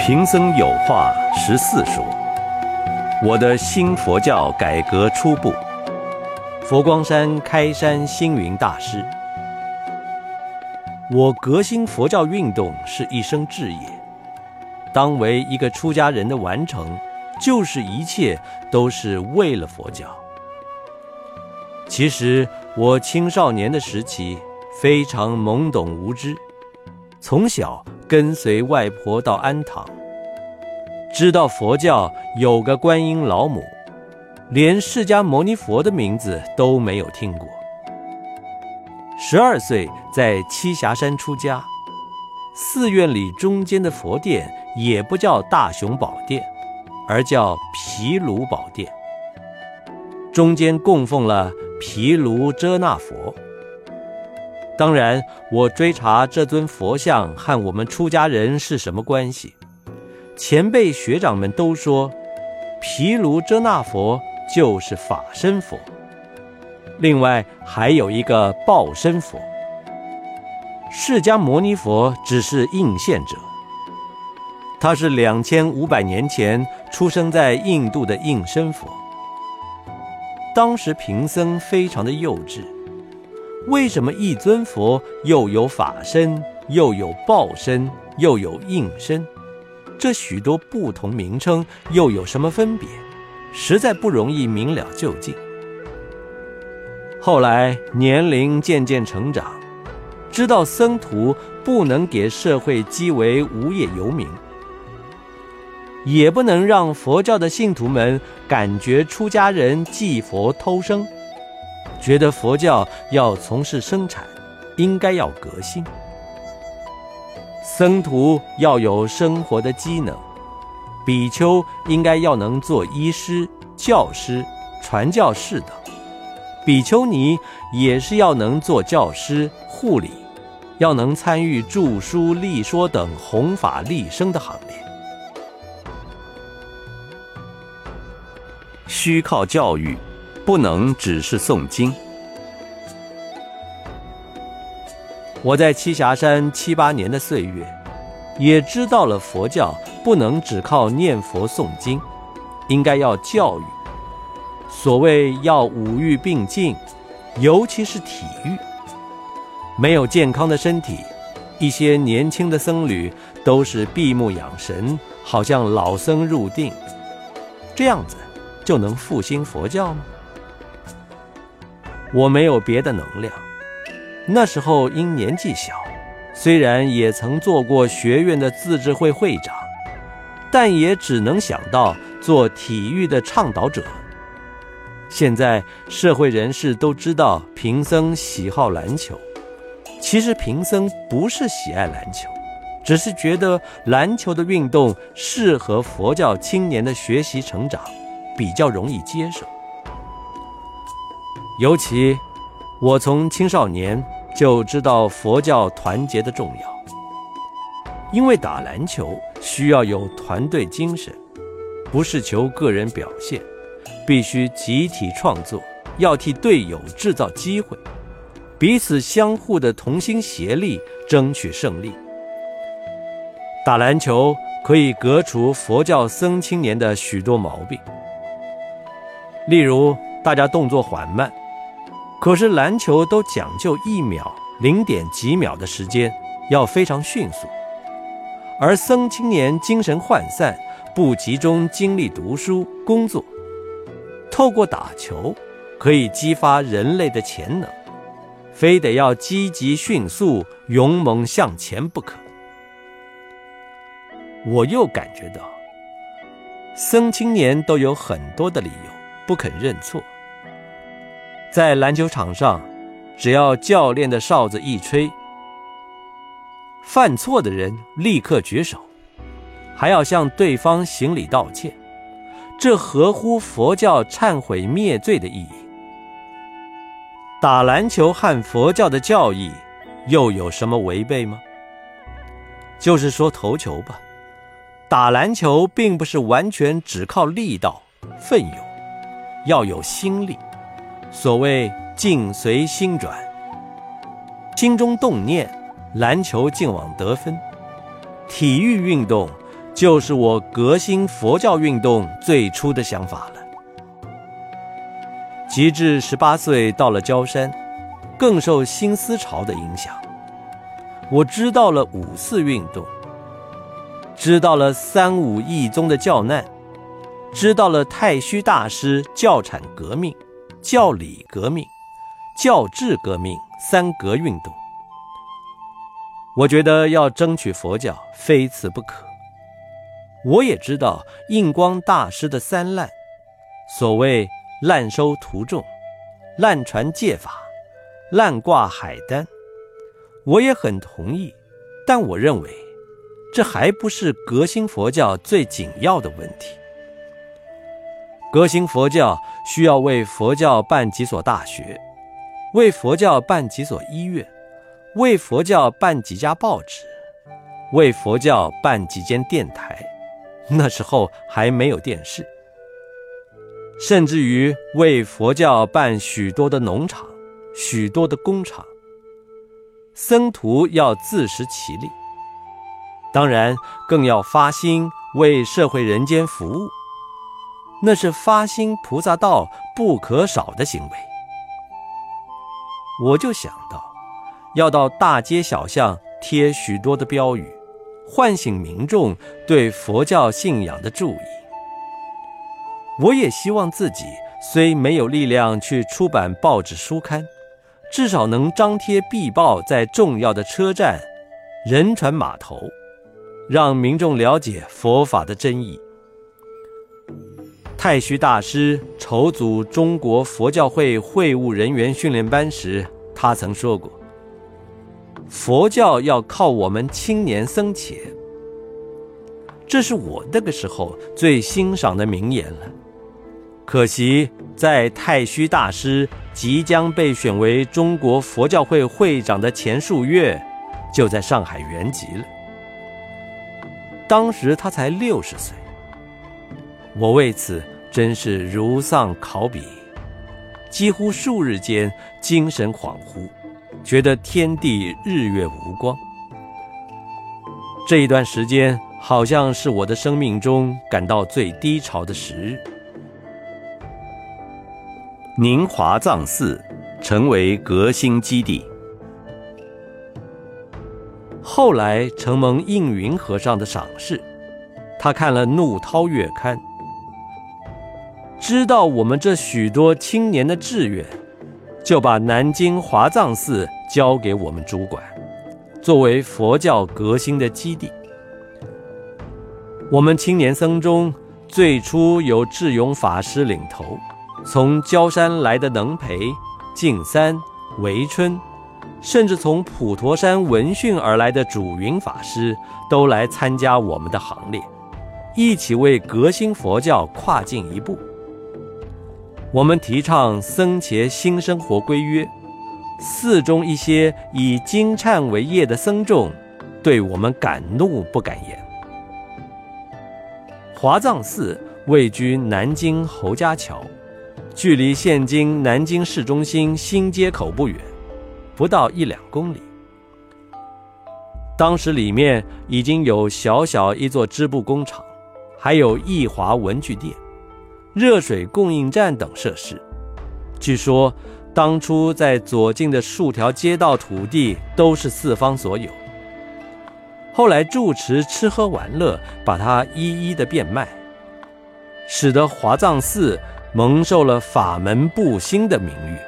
贫僧有话14说，我的新佛教改革初步。佛光山开山星云大师。我革新佛教运动是一生志业，当为一个出家人的完成，就是一切都是为了佛教。其实我青少年的时期非常懵懂无知，从小跟随外婆到安堂，知道佛教有个观音老母，连释迦牟尼佛的名字都没有听过。12岁在栖霞山出家，寺院里中间的佛殿也不叫大雄宝殿，而叫毗卢宝殿，中间供奉了毗卢遮那佛。当然，我追查这尊佛像和我们出家人是什么关系，前辈学长们都说，毗卢遮那佛就是法身佛，另外还有一个报身佛。释迦牟尼佛只是应现者，他是2500年前出生在印度的应身佛。当时贫僧非常的幼稚，为什么一尊佛又有法身，又有报身，又有应身？这许多不同名称又有什么分别？实在不容易明了究竟。后来年龄渐渐成长，知道僧徒不能给社会积为无业游民，也不能让佛教的信徒们感觉出家人祭佛偷生，觉得佛教要从事生产，应该要革新。僧徒要有生活的机能，比丘应该要能做医师、教师、传教士等，比丘尼也是要能做教师、护理，要能参与著书立说等弘法利生的行列。需靠教育，不能只是诵经。我在栖霞山7、8年的岁月，也知道了佛教不能只靠念佛诵经，应该要教育。所谓要五欲并进，尤其是体育。没有健康的身体，一些年轻的僧侣都是闭目养神，好像老僧入定，这样子就能复兴佛教吗？我没有别的能量，那时候因年纪小，虽然也曾做过学院的自治会会长，但也只能想到做体育的倡导者。现在社会人士都知道贫僧喜好篮球，其实贫僧不是喜爱篮球，只是觉得篮球的运动适合佛教青年的学习成长，比较容易接受。尤其我从青少年就知道佛教团结的重要，因为打篮球需要有团队精神，不是求个人表现，必须集体创作，要替队友制造机会，彼此相互的同心协力，争取胜利。打篮球可以革除佛教僧青年的许多毛病，例如大家动作缓慢，可是篮球都讲究1秒、0点几秒的时间，要非常迅速，而僧青年精神涣散，不集中精力读书工作，透过打球可以激发人类的潜能，非得要积极迅速勇猛向前不可。我又感觉到僧青年都有很多的理由不肯认错，在篮球场上，只要教练的哨子一吹，犯错的人立刻举手，还要向对方行礼道歉，这合乎佛教忏悔灭罪的意义。打篮球和佛教的教义又有什么违背吗？就是说投球吧，打篮球并不是完全只靠力道奋勇，要有心力，所谓境随心转，心中动念，篮球进网得分。体育运动就是我革新佛教运动最初的想法了。及至18岁到了焦山，更受新思潮的影响，我知道了五四运动，知道了三武一宗的教难，知道了太虚大师教产革命、教理革命、教制革命三革运动。我觉得要争取佛教非此不可。我也知道印光大师的三滥，所谓滥收徒众、滥传戒法、滥挂海丹，我也很同意，但我认为这还不是革新佛教最紧要的问题。革新佛教需要为佛教办几所大学，为佛教办几所医院，为佛教办几家报纸，为佛教办几间电台，那时候还没有电视，甚至于为佛教办许多的农场，许多的工厂。僧徒要自食其力，当然更要发心为社会人间服务，那是发心菩萨道不可少的行为。我就想到要到大街小巷贴许多的标语，唤醒民众对佛教信仰的注意。我也希望自己虽没有力量去出版报纸书刊，至少能张贴壁报在重要的车站、人船码头，让民众了解佛法的真义。太虚大师筹组中国佛教会会务人员训练班时，他曾说过，佛教要靠我们青年僧伽。这是我那个时候最欣赏的名言了。可惜在太虚大师即将被选为中国佛教会会长的前数月，就在上海圆寂了。当时他才60岁，我为此真是如丧考妣，几乎数日间精神恍惚，觉得天地日月无光。这一段时间好像是我的生命中感到最低潮的时日。宁华藏寺成为革新基地。后来承蒙应云和尚的赏识，他看了《怒涛月刊》，知道我们这许多青年的志愿，就把南京华藏寺交给我们主管，作为佛教革新的基地。我们青年僧中最初由智勇法师领头，从焦山来的能培、净三、维春，甚至从普陀山闻讯而来的主云法师，都来参加我们的行列，一起为革新佛教跨进一步。我们提倡僧伽新生活规约，寺中一些以经忏为业的僧众对我们敢怒不敢言。华藏寺位居南京侯家桥，距离现今南京市中心新街口不远，不到1-2公里。当时里面已经有小小一座织布工厂，还有义华文具店、热水供应站等设施。据说当初在左近的数条街道土地都是四方所有，后来住持吃喝玩乐把它一一的变卖，使得华藏寺蒙受了法门不兴的名誉。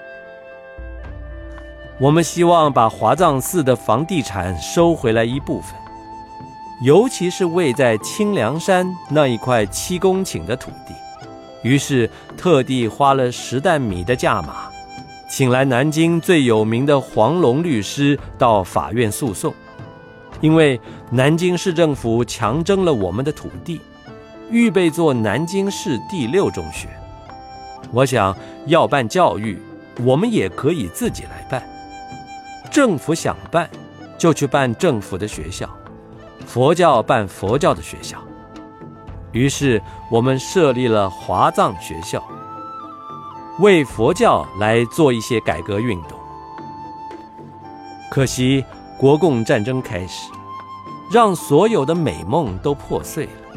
我们希望把华藏寺的房地产收回来一部分，尤其是位在清凉山那一块7公顷的土地，于是特地花了10担米的价码，请来南京最有名的黄龙律师到法院诉讼。因为南京市政府强征了我们的土地，预备做南京市第6中学。我想要办教育，我们也可以自己来办。政府想办，就去办政府的学校；佛教办佛教的学校。于是我们设立了华藏学校，为佛教来做一些改革运动。可惜国共战争开始，让所有的美梦都破碎了。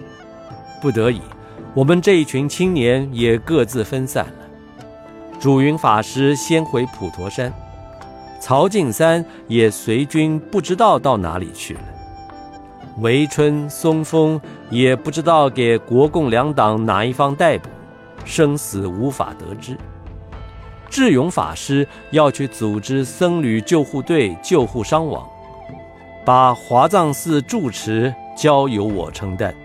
不得已，我们这一群青年也各自分散了。主云法师先回普陀山，曹敬三也随军不知道到哪里去了。韦春、松风也不知道给国共两党哪一方逮捕，生死无法得知。智勇法师要去组织僧侣救护队救护伤亡，把华藏寺住持交由我承担。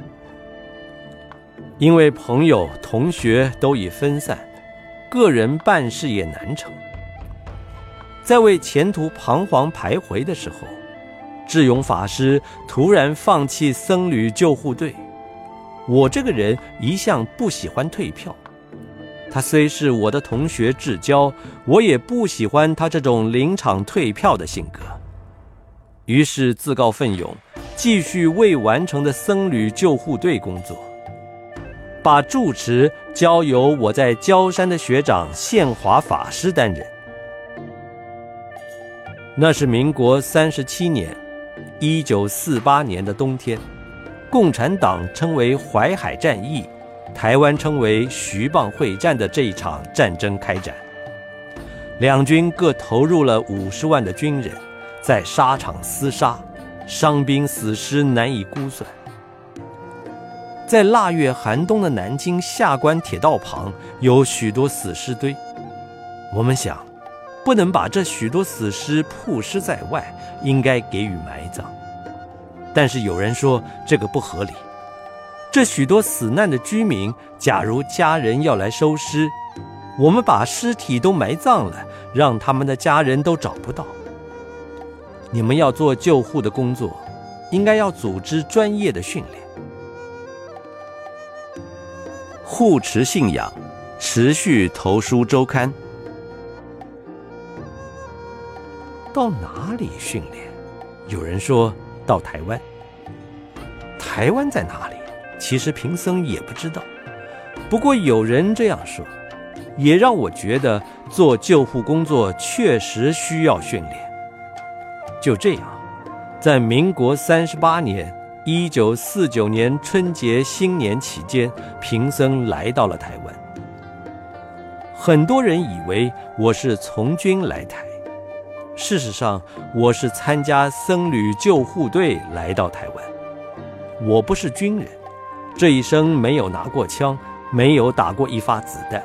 因为朋友同学都已分散，个人办事也难成。在为前途彷徨徘徊的时候，智勇法师突然放弃僧侣救护队。我这个人一向不喜欢退票，他虽是我的同学至交，我也不喜欢他这种临场退票的性格。于是自告奋勇，继续未完成的僧侣救护队工作，把住持交由我在焦山的学长宪华法师担任。那是民国37年，1948年的冬天，共产党称为淮海战役，台湾称为徐蚌会战的这一场战争开展。两军各投入了50万的军人，在沙场厮杀，伤兵死尸难以估算。在腊月寒冬的南京下关铁道旁有许多死尸堆，我们想，不能把这许多死尸曝尸在外，应该给予埋葬。但是有人说这个不合理，这许多死难的居民，假如家人要来收尸，我们把尸体都埋葬了，让他们的家人都找不到。你们要做救护的工作，应该要组织专业的训练。护持信仰，持续投书周刊。到哪里训练？有人说到台湾。台湾在哪里？其实贫僧也不知道。不过有人这样说，也让我觉得做救护工作确实需要训练。就这样，在民国38年1949年春节新年期间，贫僧来到了台湾。很多人以为我是从军来台，事实上我是参加僧侣救护队来到台湾。我不是军人，这一生没有拿过枪，没有打过一发子弹。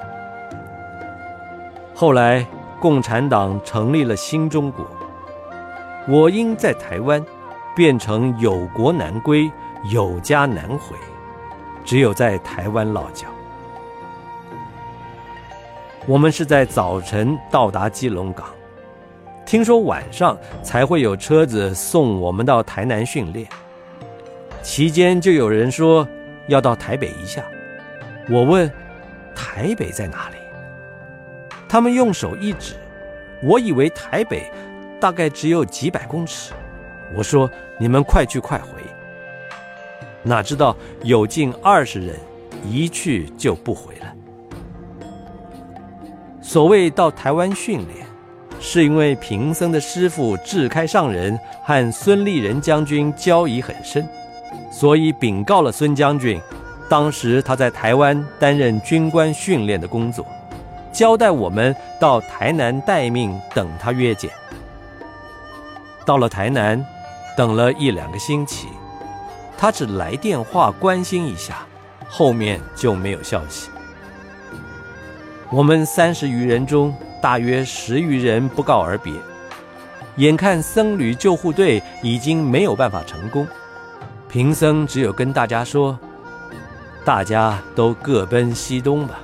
后来共产党成立了新中国，我因在台湾变成有国难归，有家难回，只有在台湾落脚。我们是在早晨到达基隆港，听说晚上才会有车子送我们到台南训练，期间就有人说要到台北一下。我问台北在哪里，他们用手一指，我以为台北大概只有几百公尺。我说你们快去快回，哪知道有近20人一去就不回了。所谓到台湾训练，是因为贫僧的师父智开上人和孙立人将军交谊很深，所以禀告了孙将军，当时他在台湾担任军官训练的工作，交代我们到台南待命等他约见。到了台南，等了1-2个星期，他只来电话关心一下，后面就没有消息。我们30余人中，大约10余人不告而别。眼看僧侣救护队已经没有办法成功，贫僧只有跟大家说，大家都各奔西东吧。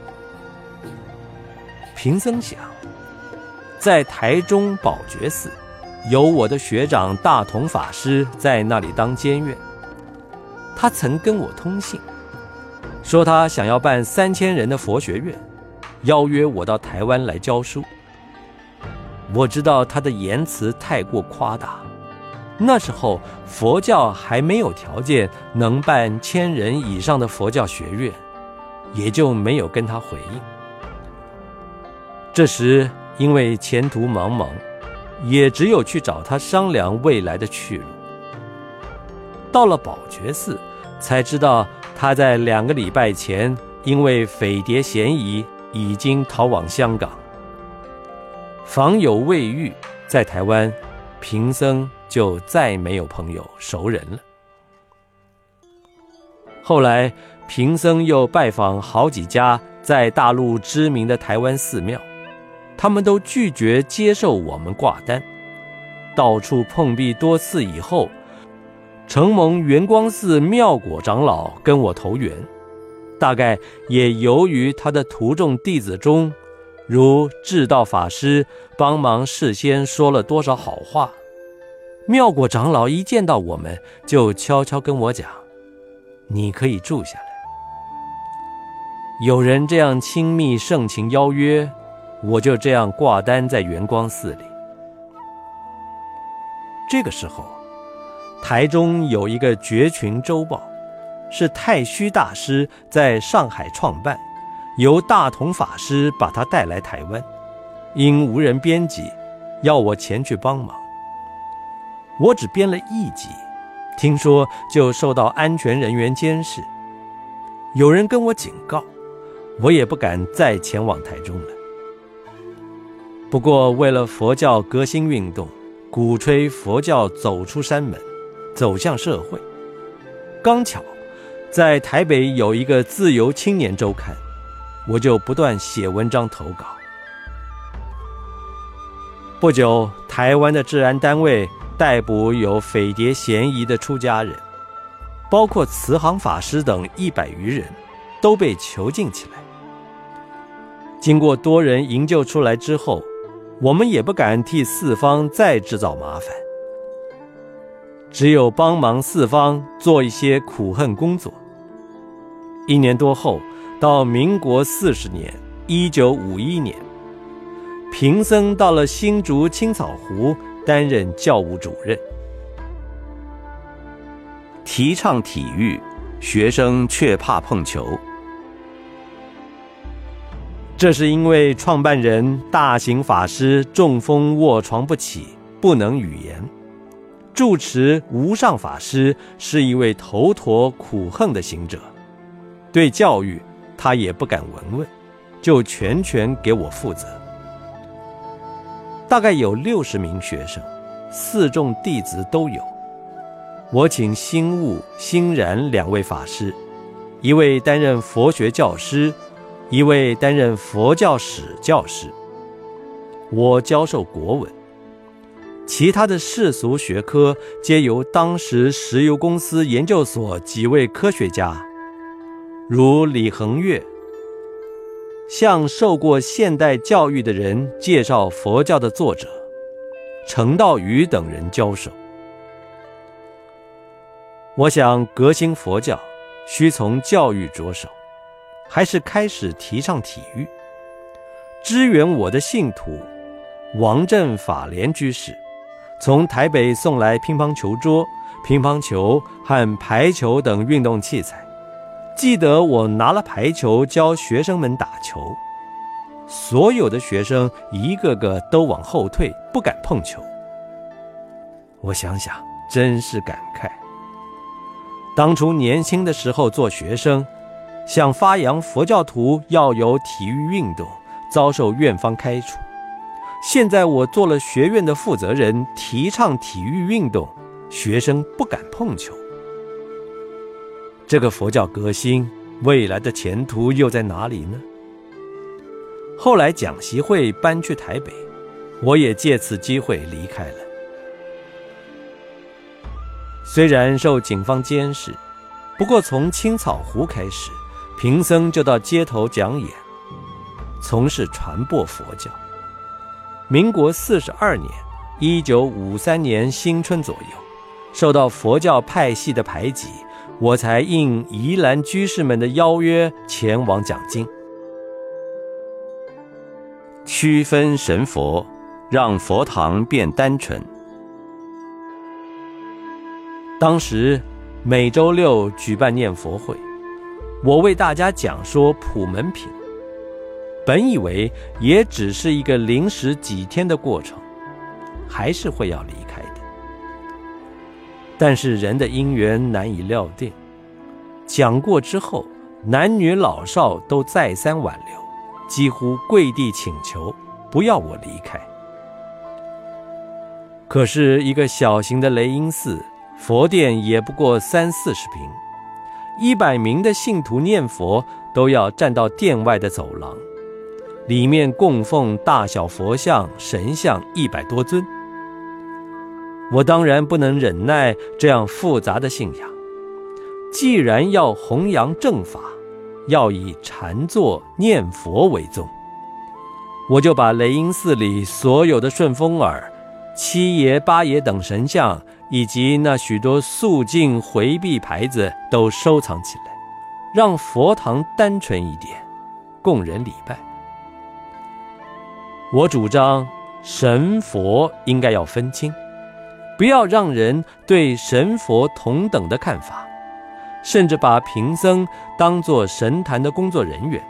贫僧想，在台中宝觉寺有我的学长大同法师在那里当监院，他曾跟我通信，说他想要办3000人的佛学院，邀约我到台湾来教书。我知道他的言辞太过夸大，那时候佛教还没有条件能办1000人以上的佛教学院，也就没有跟他回应。这时因为前途茫茫，也只有去找他商量未来的去路。到了宝觉寺，才知道他在2个礼拜前因为匪谍嫌疑已经逃往香港。访友未遇，在台湾，贫僧就再没有朋友熟人了。后来，贫僧又拜访好几家在大陆知名的台湾寺庙，他们都拒绝接受我们挂单。到处碰壁多次以后，承蒙圆光寺妙果长老跟我投缘，大概也由于他的徒众弟子中，如智道法师帮忙事先说了多少好话，妙果长老一见到我们就悄悄跟我讲，你可以住下来。有人这样亲密盛情邀约，我就这样挂单在圆光寺里。这个时候，台中有一个绝群周报，是太虚大师在上海创办，由大同法师把他带来台湾，因无人编辑，要我前去帮忙。我只编了1集，听说就受到安全人员监视。有人跟我警告，我也不敢再前往台中了。不过为了佛教革新运动，鼓吹佛教走出山门，走向社会，刚巧在台北有一个自由青年周刊，我就不断写文章投稿。不久，台湾的治安单位逮捕有匪谍嫌疑的出家人，包括慈航法师等100余人，都被囚禁起来。经过多人营救出来之后，我们也不敢替四方再制造麻烦，只有帮忙四方做一些苦恨工作。1年多后，到民国40年，1951年，贫僧到了新竹青草湖担任教务主任， 提倡体育，学生却怕碰球。 这是因为创办人大行法师中风卧床不起，不能语言。住持无上法师是一位头陀苦恨的行者，对教育他也不敢闻问，就全权给我负责。大概有60名学生，4众弟子都有。我请心悟、欣然2位法师，一位担任佛学教师，一位担任佛教史教师。我教授国文，其他的世俗学科皆由当时石油公司研究所几位科学家，如李恒岳，向受过现代教育的人介绍佛教的作者程道宇等人教授。我想革新佛教需从教育着手，还是开始提倡体育。支援我的信徒王振法莲居士从台北送来乒乓球桌、乒乓球和排球等运动器材。记得我拿了排球教学生们打球，所有的学生一个个都往后退，不敢碰球。我想想，真是感慨。当初年轻的时候做学生，想发扬佛教徒要有体育运动，遭受院方开除。现在我做了学院的负责人，提倡体育运动，学生不敢碰球。这个佛教革新未来的前途又在哪里呢？后来讲习会搬去台北，我也借此机会离开了。虽然受警方监视，不过从青草湖开始，贫僧就到街头讲演，从事传播佛教。民国42年，1953年新春左右，受到佛教派系的排挤，我才应宜兰居士们的邀约前往讲经。 区分神佛，让佛堂变单纯。 当时每周6举办念佛会，我为大家讲说普门品，本以为也只是一个临时几天的过程，还是会要离开的。但是人的因缘难以料定， 讲过之后，男女老少都再三挽留，几乎跪地请求不要我离开。可是一个小型的雷音寺，佛殿也不过30-40平，100名的信徒念佛都要站到殿外的走廊，里面供奉大小佛像、神像100多尊。我当然不能忍耐这样复杂的信仰，既然要弘扬正法，要以禅坐念佛为宗，我就把雷音寺里所有的顺风耳、七爷八爷等神像，以及那许多肃静回避牌子都收藏起来，让佛堂单纯一点，供人礼拜。我主张神佛应该要分清，不要让人对神佛同等的看法，甚至把贫僧当作神坛的工作人员。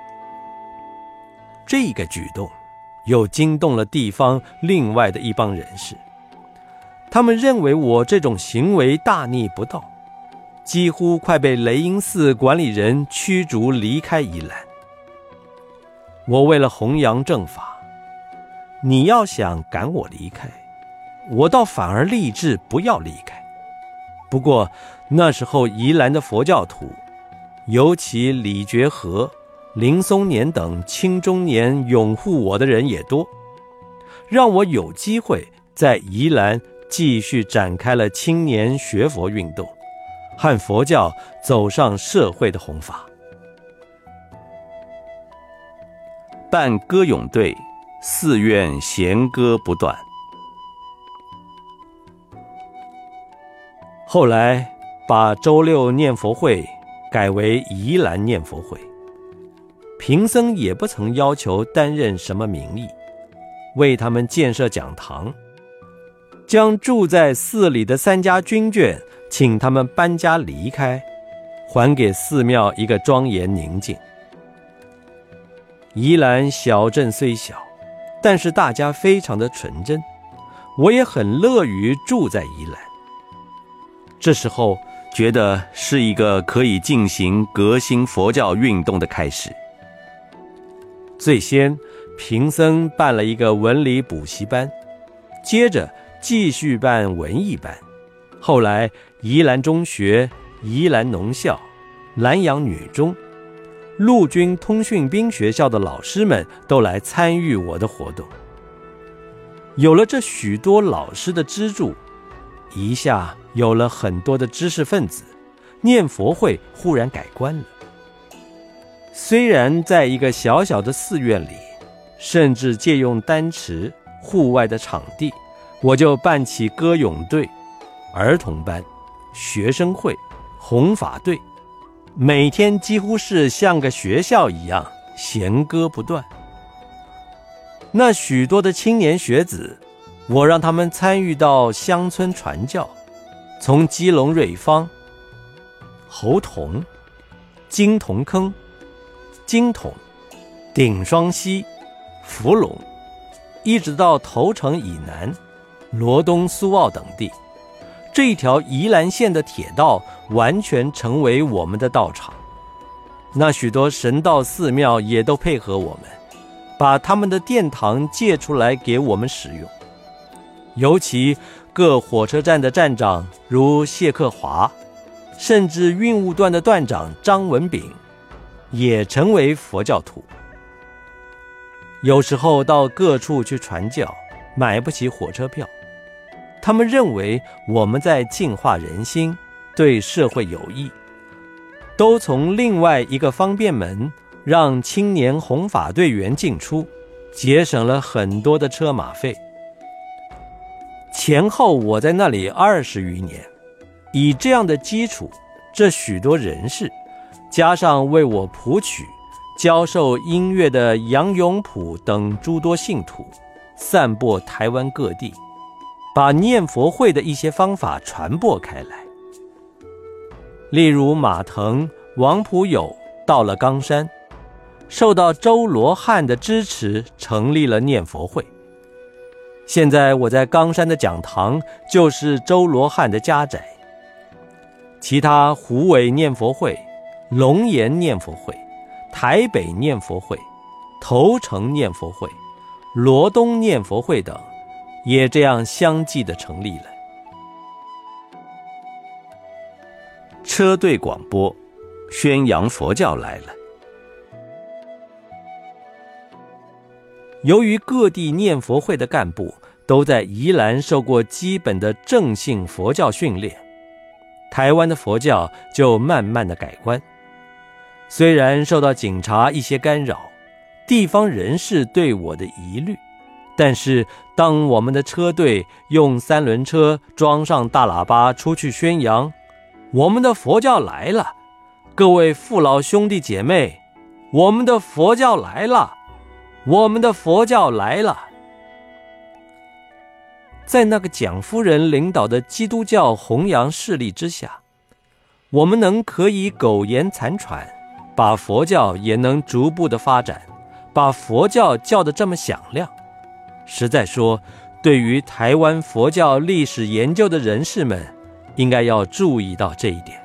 这个举动又惊动了地方另外的一帮人士，他们认为我这种行为大逆不道，几乎快被雷音寺管理人驱逐离开宜兰。我为了弘扬正法，你要想赶我离开，我倒反而立志不要离开。不过那时候宜兰的佛教徒，尤其李觉和、林松年等青中年拥护我的人也多，让我有机会在宜兰继续展开了青年学佛运动，和佛教走上社会的弘法。 办歌咏队，寺院弦歌不断。 后来把周六念佛会改为宜兰念佛会，贫僧也不曾要求担任什么名义，为他们建设讲堂，将住在寺里的3家军眷请他们搬家离开，还给寺庙一个庄严宁静。宜兰小镇虽小，但是大家非常的纯真，我也很乐于住在宜兰。这时候觉得是一个可以进行革新佛教运动的开始。 最先贫僧办了一个文理补习班，接着继续办文艺班，后来宜兰中学、宜兰农校、兰阳女中、陆军通讯兵学校的老师们都来参与我的活动。有了这许多老师的资助，一下有了很多的知识分子，念佛会忽然改观了。虽然在一个小小的寺院里，甚至借用丹池户外的场地，我就办起歌咏队、儿童班、学生会、弘法队，每天几乎是像个学校一样弦歌不断。那许多的青年学子，我让他们参与到乡村传教，从基隆瑞芳、猴硐、金铜坑、金桶、顶双溪、福隆，一直到头城以南、罗东、苏澳等地，这一条宜兰县的铁道完全成为我们的道场。那许多神道寺庙也都配合我们，把他们的殿堂借出来给我们使用。尤其各火车站的站长如谢克华，甚至运务段的段长张文炳，也成为佛教徒。有时候到各处去传教，买不起火车票，他们认为我们在净化人心，对社会有益，都从另外一个方便门让青年弘法队员进出，节省了很多的车马费。前后我在那里20余年，以这样的基础，这许多人士，加上为我谱曲、教授音乐的杨永普等诸多信徒，散播台湾各地，把念佛会的一些方法传播开来。例如马腾、王普友到了冈山，受到周罗汉的支持，成立了念佛会。现在我在冈山的讲堂就是周罗汉的家宅。 其他虎尾念佛会、龙岩念佛会、台北念佛会、头城念佛会、罗东念佛会等，也这样相继地成立了。 车队广播，宣扬佛教来了。 由于各地念佛会的干部都在宜兰受过基本的正信佛教训练，台湾的佛教就慢慢的改观。虽然受到警察一些干扰，地方人士对我的疑虑，但是当我们的车队用3轮车装上大喇叭出去宣扬，我们的佛教来了，各位父老兄弟姐妹，我们的佛教来了，我们的佛教来了。在那个蒋夫人领导的基督教弘扬势力之下，我们可以苟延残喘，把佛教也能逐步的发展，把佛教叫得这么响亮。实在说，对于台湾佛教历史研究的人士们，应该要注意到这一点。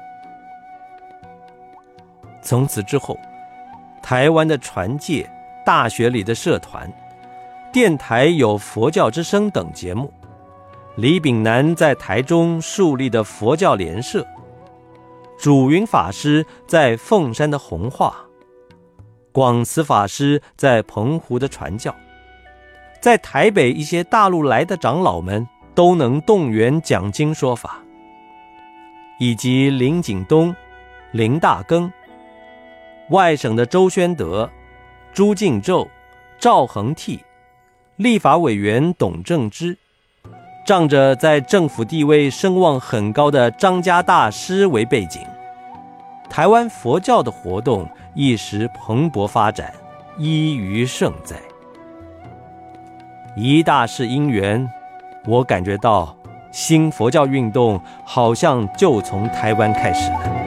从此之后，台湾的传戒、大学里的社团、电台有佛教之声等节目，李炳南在台中树立的佛教联社，主云法师在凤山的弘化，广慈法师在澎湖的传教，在台北一些大陆来的长老们都能动员讲经说法，以及林景东、林大庚，外省的周宣德、朱敬宙、赵恒惕，立法委员董正之，仗着在政府地位声望很高的张家大师为背景，台湾佛教的活动一时蓬勃发展，依于盛载。一大事因缘，我感觉到新佛教运动好像就从台湾开始了。